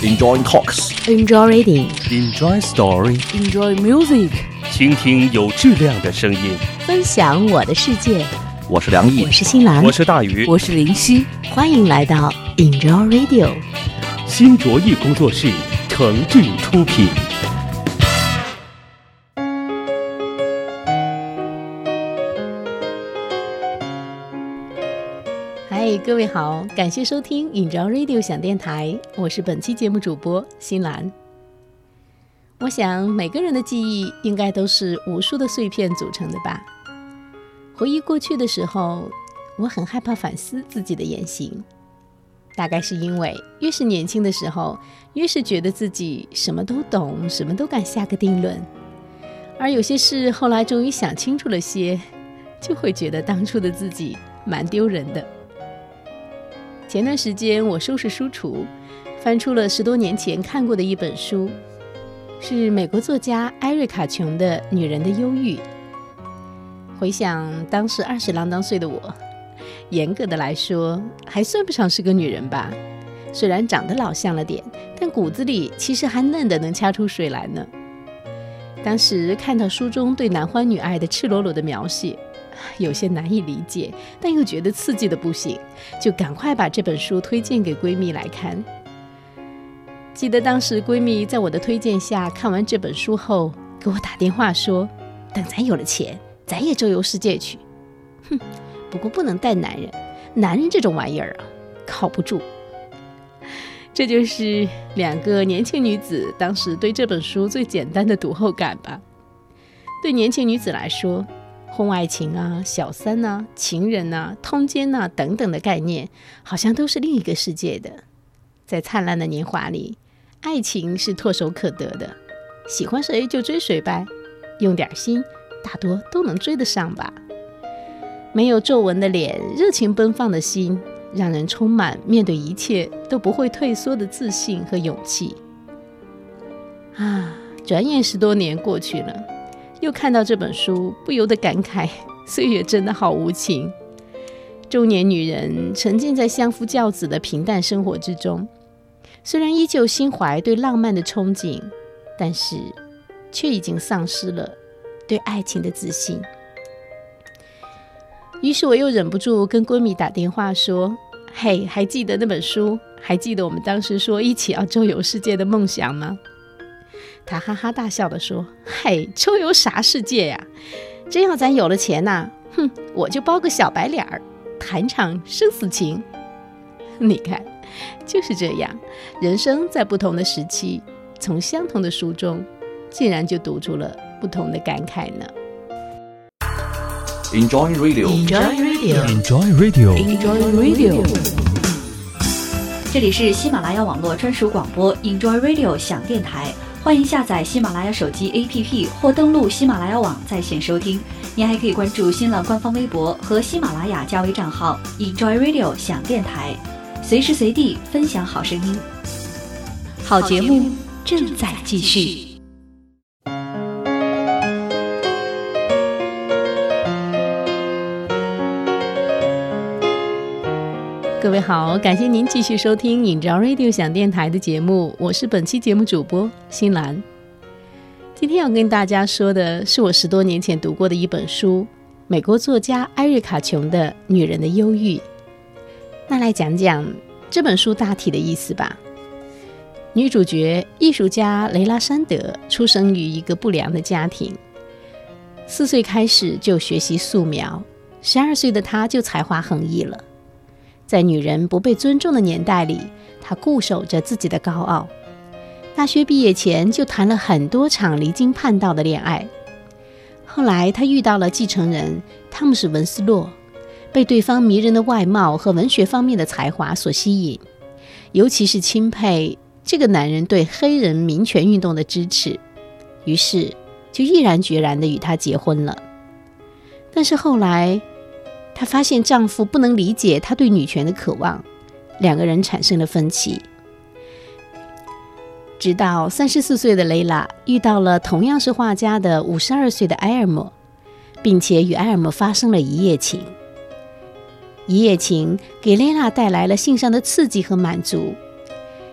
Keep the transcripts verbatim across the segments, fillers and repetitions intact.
Enjoy talks. Enjoy reading. Enjoy story. Enjoy music. 倾听有质量的声音， 分享我的世界。 我是梁毅， 我是新兰， 我是大鱼， 我是林夕。 欢迎来到 Enjoy Radio。 新卓艺工作室诚挚出品。 嗨，各位好，感谢收听 Enjoy Radio 响电台，我是本期节目主播新兰。我想每个人的记忆应该都是无数的碎片组成的吧。回忆过去的时候，我很害怕反思自己的言行，大概是因为越是年轻的时候，越是觉得自己什么都懂，什么都敢下个定论，而有些事后来终于想清楚了些，就会觉得当初的自己蛮丢人的。前段时间我收拾书橱，翻出了十多年前看过的一本书，是美国作家艾瑞卡·琼的《女人的忧郁》。回想当时二十郎当岁的我，严格的来说还算不上是个女人吧，虽然长得老像了点，但骨子里其实还嫩的能掐出水来呢。当时看到书中对男欢女爱的赤裸裸的描写，有些难以理解，但又觉得刺激的不行，就赶快把这本书推荐给闺蜜来看。记得当时闺蜜在我的推荐下看完这本书后，给我打电话说，等咱有了钱，咱也周游世界去。哼，不过不能带男人，男人这种玩意儿啊，靠不住。这就是两个年轻女子当时对这本书最简单的读后感吧。对年轻女子来说，婚外情啊、小三啊、情人啊、通奸啊等等的概念，好像都是另一个世界的。在灿烂的年华里，爱情是唾手可得的，喜欢谁就追谁呗，用点心，大多都能追得上吧。没有皱纹的脸，热情奔放的心，让人充满面对一切都不会退缩的自信和勇气。啊，转眼十多年过去了，又看到这本书，不由得感慨，岁月真的好无情。中年女人沉浸在相夫教子的平淡生活之中，虽然依旧心怀对浪漫的憧憬，但是却已经丧失了对爱情的自信。于是我又忍不住跟闺蜜打电话说，嘿，还记得那本书？还记得我们当时说一起要周游世界的梦想吗？她哈哈大笑地说，嘿，周游啥世界呀？真要咱有了钱啊，哼，我就包个小白脸儿，谈场生死情。你看，就是这样，人生在不同的时期，从相同的书中，竟然就读出了不同的感慨呢。 Enjoy Radio. Enjoy Radio. Enjoy Radio. Enjoy Radio. 这里是喜马拉雅网络专属广播 Enjoy Radio 响电台，欢迎下载喜马拉雅手机 A P P 或登录喜马拉雅网在线收听。您还可以关注新浪官方微博和喜马拉雅加微账号 Enjoy Radio 响电台，随时随地分享好声音。好节目正在继续。 各位好，感谢您继续收听Enjoy Radio 响电台的节目，我是本期节目主播新兰。今天要跟大家说的是我十多年前读过的一本书，美国作家艾瑞卡·琼的《女人的忧郁》。那来讲讲这本书大体的意思吧。女主角艺术家雷拉·山德出生于一个不良的家庭，四岁开始就学习素描，十二岁的她就才华横溢了。在女人不被尊重的年代里，她固守着自己的高傲。大学毕业前就谈了很多场离经叛道的恋爱。后来她遇到了继承人汤姆斯·文斯洛，被对方迷人的外貌和文学方面的才华所吸引，尤其是钦佩这个男人对黑人民权运动的支持，于是就毅然决然地与他结婚了。但是后来她发现丈夫不能理解她对女权的渴望，两个人产生了分歧。直到三十四岁的雷拉遇到了同样是画家的五十二岁的埃尔默，并且与埃尔默发生了一夜情。一夜情给雷拉带来了性上的刺激和满足，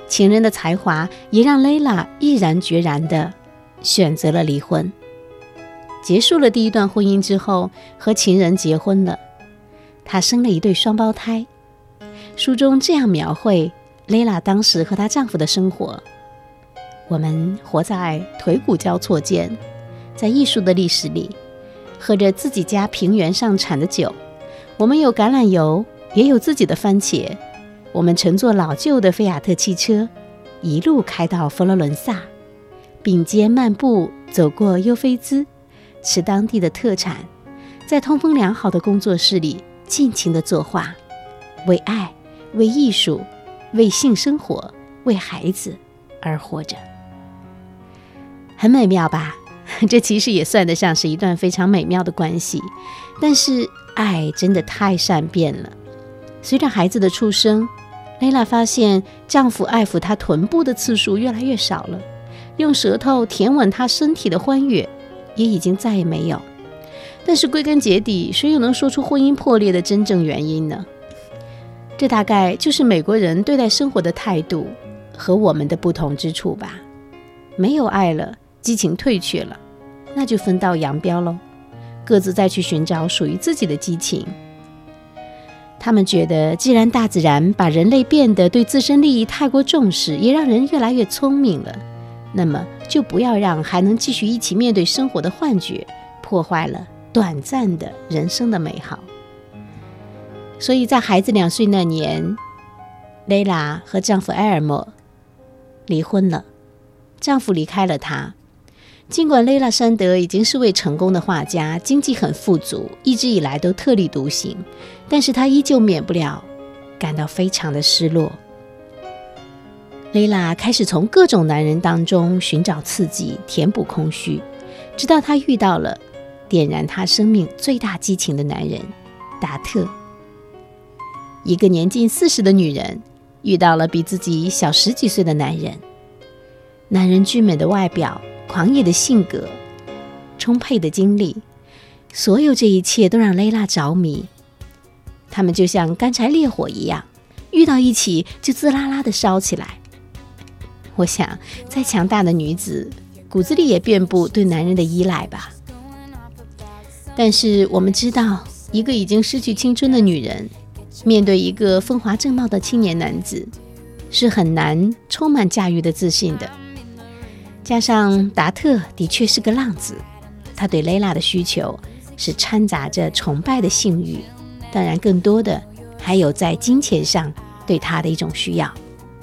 情人的才华也让蕾拉毅然决然地选择了离婚。结束了第一段婚姻之后，和情人结婚了，她生了一对双胞胎。书中这样描绘蕾拉当时和她丈夫的生活：我们活在腿骨交错间，在艺术的历史里，喝着自己家平原上产的酒，我们有橄榄油，也有自己的番茄。我们乘坐老旧的菲亚特汽车，一路开到佛罗伦萨，并肩漫步走过尤菲兹，吃当地的特产，在通风良好的工作室里尽情地作画，为爱，为艺术，为性生活，为孩子而活着。很美妙吧？这其实也算得上是一段非常美妙的关系。但是爱真的太善变了。随着孩子的出生，蕾拉发现丈夫爱抚她臀部的次数越来越少了，用舌头舔吻她身体的欢悦也已经再也没有。但是归根结底，谁又能说出婚姻破裂的真正原因呢？这大概就是美国人对待生活的态度和我们的不同之处吧。没有爱了，激情退却了，那就分道扬镳喽，各自再去寻找属于自己的激情。他们觉得，既然大自然把人类变得对自身利益太过重视，也让人越来越聪明了，那么就不要让还能继续一起面对生活的幻觉破坏了短暂的人生的美好。所以在孩子两岁那年，蕾拉和丈夫埃尔默离婚了，丈夫离开了她。尽管蕾拉·山德已经是位成功的画家，经济很富足，一直以来都特立独行，但是她依旧免不了感到非常的失落。蕾拉开始从各种男人当中寻找刺激，填补空虚，直到她遇到了点燃她生命最大激情的男人达特。一个年近四十的女人遇到了比自己小十几岁的男人，男人俊美的外表，狂野的性格，充沛的精力，所有这一切都让蕾拉着迷。他们就像干柴烈火一样，遇到一起就滋啦啦地烧起来。我想，再强大的女子，骨子里也遍布对男人的依赖吧。但是我们知道，一个已经失去青春的女人，面对一个风华正茂的青年男子，是很难充满驾驭的自信的。加上达特的确是个浪子，他对蕾拉的需求是掺杂着崇拜的性欲，当然更多的还有在金钱上对他的一种需要。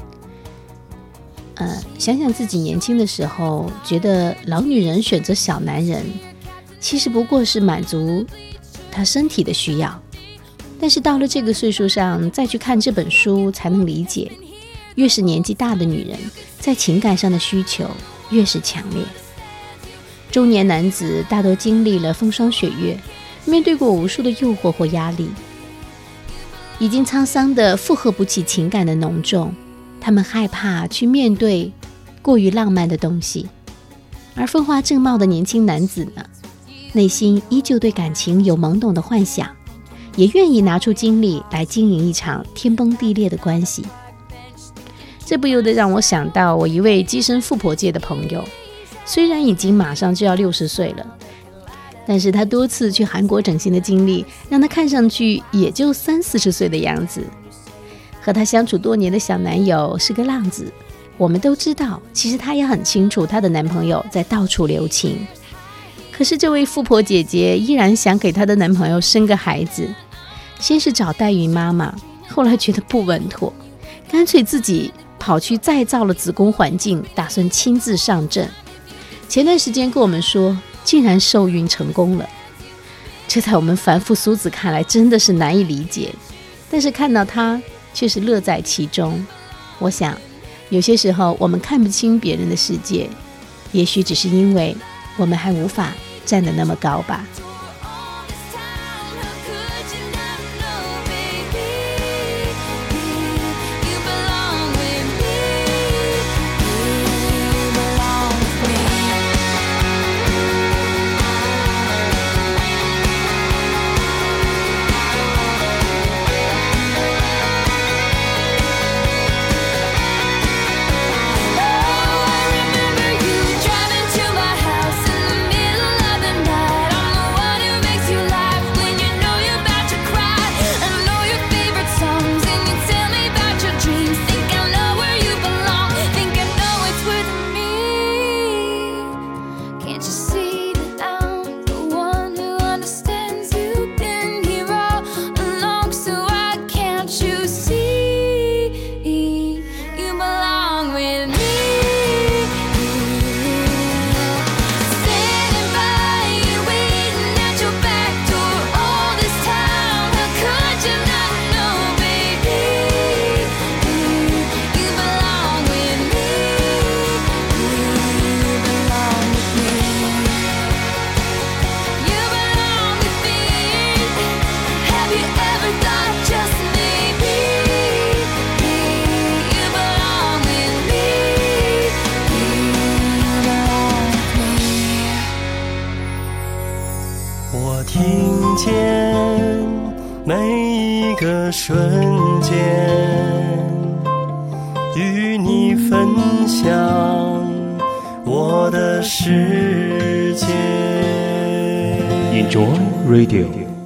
呃，想想自己年轻的时候，觉得老女人选择小男人，其实不过是满足她身体的需要。但是到了这个岁数上再去看这本书，才能理解，越是年纪大的女人，在情感上的需求越是强烈。中年男子大多经历了风霜雪月，面对过无数的诱惑或压力，已经沧桑的负荷不起情感的浓重，他们害怕去面对过于浪漫的东西。而风华正茂的年轻男子呢，内心依旧对感情有懵懂的幻想，也愿意拿出精力来经营一场天崩地裂的关系。这不由得让我想到我一位跻身富婆界的朋友，虽然已经马上就要六十岁了，但是他多次去韩国整形的经历，让他看上去也就三四十岁的样子。和他相处多年的小男友是个浪子，我们都知道，其实她也很清楚她的男朋友在到处留情。可是这位富婆姐姐依然想给她的男朋友生个孩子，先是找代孕妈妈，后来觉得不稳妥，干脆自己跑去再造了子宫环境，打算亲自上阵。前段时间跟我们说，竟然受孕成功了。这在我们凡夫俗子看来真的是难以理解，但是看到她却是乐在其中。我想有些时候我们看不清别人的世界，也许只是因为我们还无法站得那么高吧。 个瞬间，与你分享我的世界。 Enjoy Radio。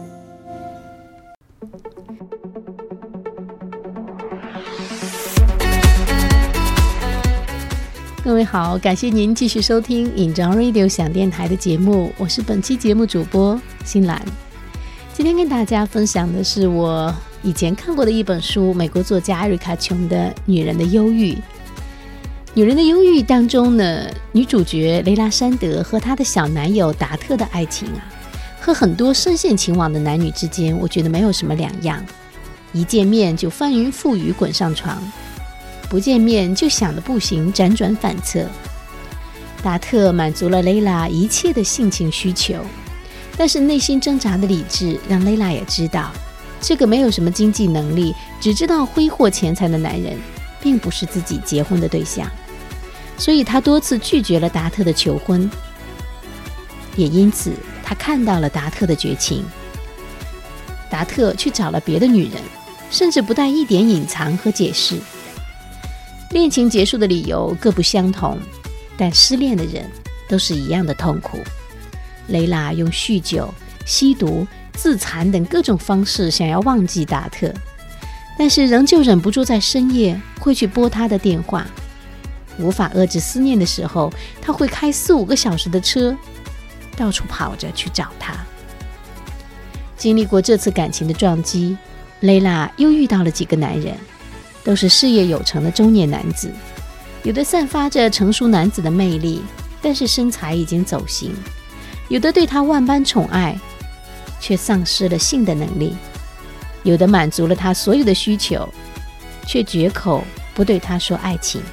各位好，感谢您继续收听Enjoy Radio 响电台的节目，我是本期节目主播新兰。今天跟大家分享的是我以前看过的一本书，美国作家艾瑞卡·琼的《女人的忧郁》。《女人的忧郁》当中呢，女主角雷拉·山德和她的小男友达特的爱情啊，和很多深陷情网的男女之间，我觉得没有什么两样。一见面就翻云覆雨滚上床，不见面就想得不行，辗转反侧。达特满足了雷拉一切的性情需求，但是内心挣扎的理智让雷拉也知道，这个没有什么经济能力，只知道挥霍钱财的男人并不是自己结婚的对象，所以他多次拒绝了达特的求婚。也因此他看到了达特的绝情，达特去找了别的女人，甚至不带一点隐藏和解释。恋情结束的理由各不相同，但失恋的人都是一样的痛苦。雷拉用酗酒、吸毒、自残等各种方式想要忘记达特，但是仍旧忍不住在深夜会去拨他的电话。无法遏制思念的时候，他会开四五个小时的车，到处跑着去找他。经历过这次感情的撞击，雷拉又遇到了几个男人，都是事业有成的中年男子，有的散发着成熟男子的魅力，但是身材已经走形；有的对他万般宠爱，却丧失了性的能力；有的满足了他所有的需求，却绝口不对他说爱情。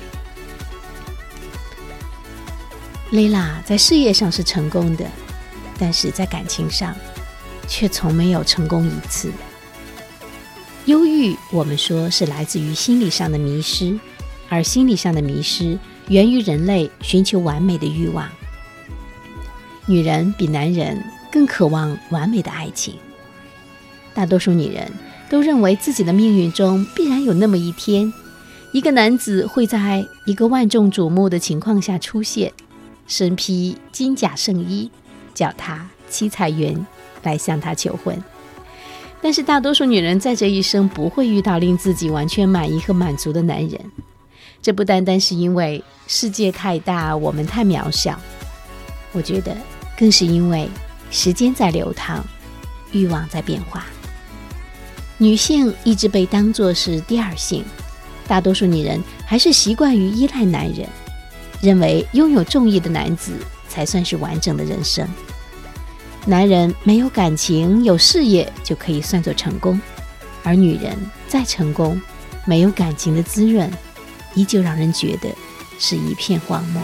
雷拉在事业上是成功的，但是在感情上却从没有成功一次。忧郁我们说是来自于心理上的迷失，而心理上的迷失源于人类寻求完美的欲望。女人比男人更渴望完美的爱情，大多数女人都认为自己的命运中必然有那么一天，一个男子会在一个万众瞩目的情况下出现，身披金甲圣衣，脚踏七彩云来向她求婚。但是大多数女人在这一生不会遇到令自己完全满意和满足的男人，这不单单是因为世界太大，我们太渺小，我觉得更是因为时间在流淌，欲望在变化。女性一直被当作是第二性，大多数女人还是习惯于依赖男人，认为拥有中意的男子才算是完整的人生。男人没有感情有事业就可以算作成功，而女人再成功，没有感情的滋润，依旧让人觉得是一片荒漠。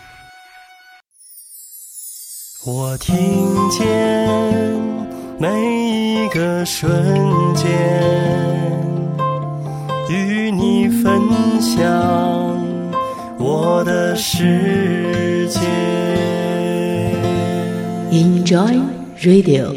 我听见每一个瞬间，与你分享我的世界。 Enjoy Radio。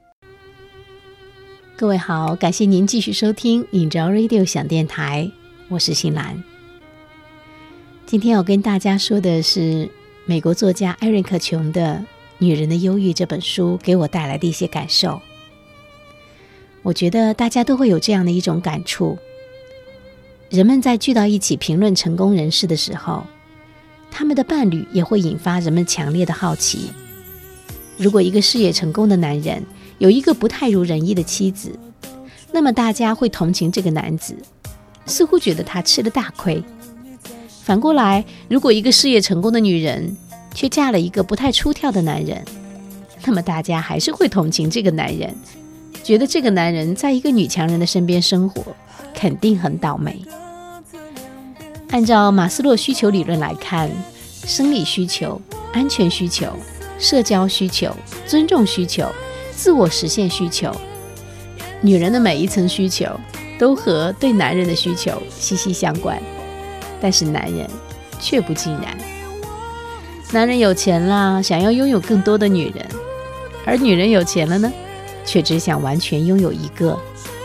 各位好，感谢您继续收听 Enjoy Radio 响电台，我是新兰。今天要跟大家说的是美国作家艾瑞克·琼的《女人的忧郁》这本书给我带来的一些感受。我觉得大家都会有这样的一种感触，人们在聚到一起评论成功人士的时候，他们的伴侣也会引发人们强烈的好奇。如果一个事业成功的男人有一个不太如人意的妻子，那么大家会同情这个男子，似乎觉得他吃了大亏。反过来，如果一个事业成功的女人却嫁了一个不太出挑的男人，那么大家还是会同情这个男人，觉得这个男人在一个女强人的身边生活，肯定很倒霉。按照马斯洛需求理论来看，生理需求、安全需求、社交需求、尊重需求、自我实现需求，女人的每一层需求都和对男人的需求息息相关，但是男人却不尽然。男人有钱啦，想要拥有更多的女人，而女人有钱了呢，却只想完全拥有一个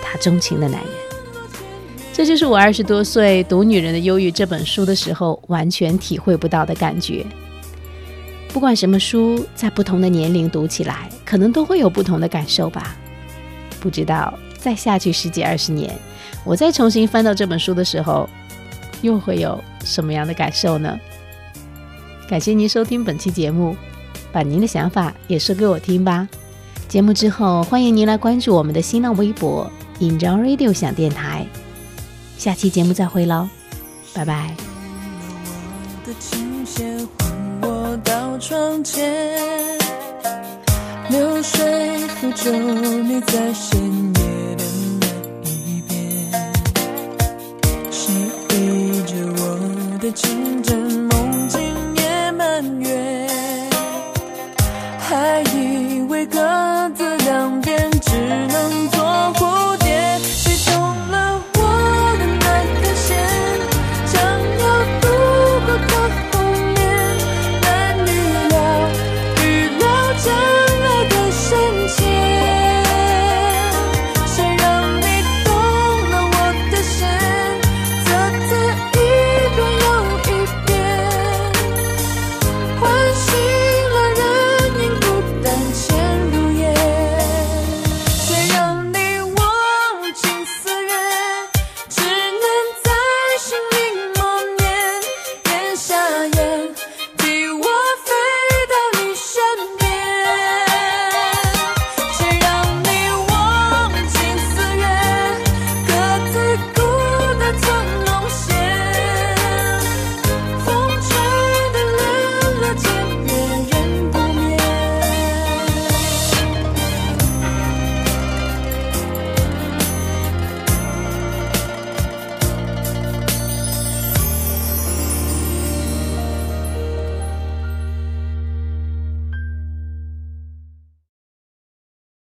他钟情的男人。这就是我二十多岁读《女人的忧郁》这本书的时候完全体会不到的感觉。不管什么书，在不同的年龄读起来，可能都会有不同的感受吧。不知道再下去十几二十年，我再重新翻到这本书的时候，又会有什么样的感受呢？感谢您收听本期节目，把您的想法也说给我听吧。节目之后，欢迎您来关注我们的新浪微博引着 Radio 想电台。下期节目再会喽，拜拜。 我的琴弦唤我到窗前，流水抚皱你在深夜的那一边，谁依着我的情真梦境也满月，还以为歌